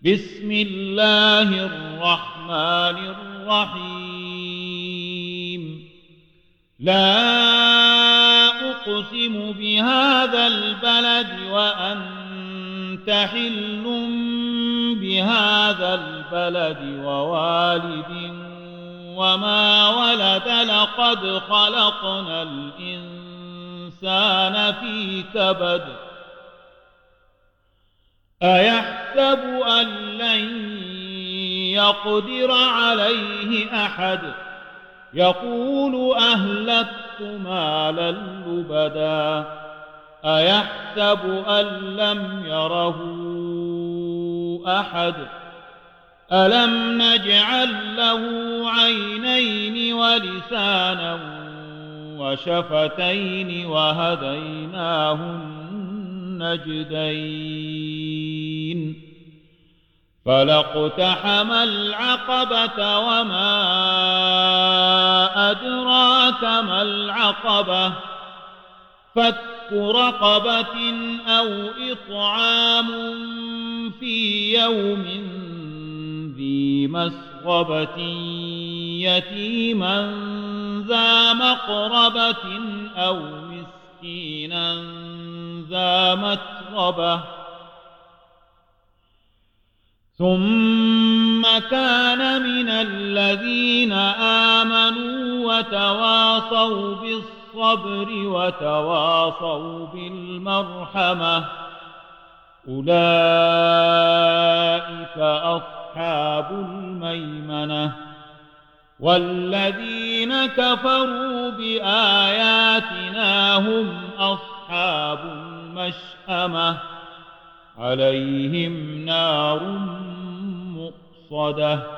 بسم الله الرحمن الرحيم لا أقسم بهذا البلد وأنت حل بهذا البلد ووالد وما ولد لقد خلقنا الإنسان في كبد أيحسب أن لن يقدر عليه أحد يقول أهلكت مالا لبدا أيحسب أن لم يره أحد ألم نجعل له عينين ولسانا وشفتين وهديناه النجدين فلاقتحم العقبة وما أدراك ما العقبة فك رقبة أو إطعام في يوم ذي مسغبة يتيما ذا مقربة أو مسكينا ذا متربة ثم كان من الذين آمنوا وتواصوا بالصبر وتواصوا بالمرحمة أولئك أصحاب الميمنة والذين كفروا بآياتنا هم أصحاب المشأمة عليهم نار مؤصدة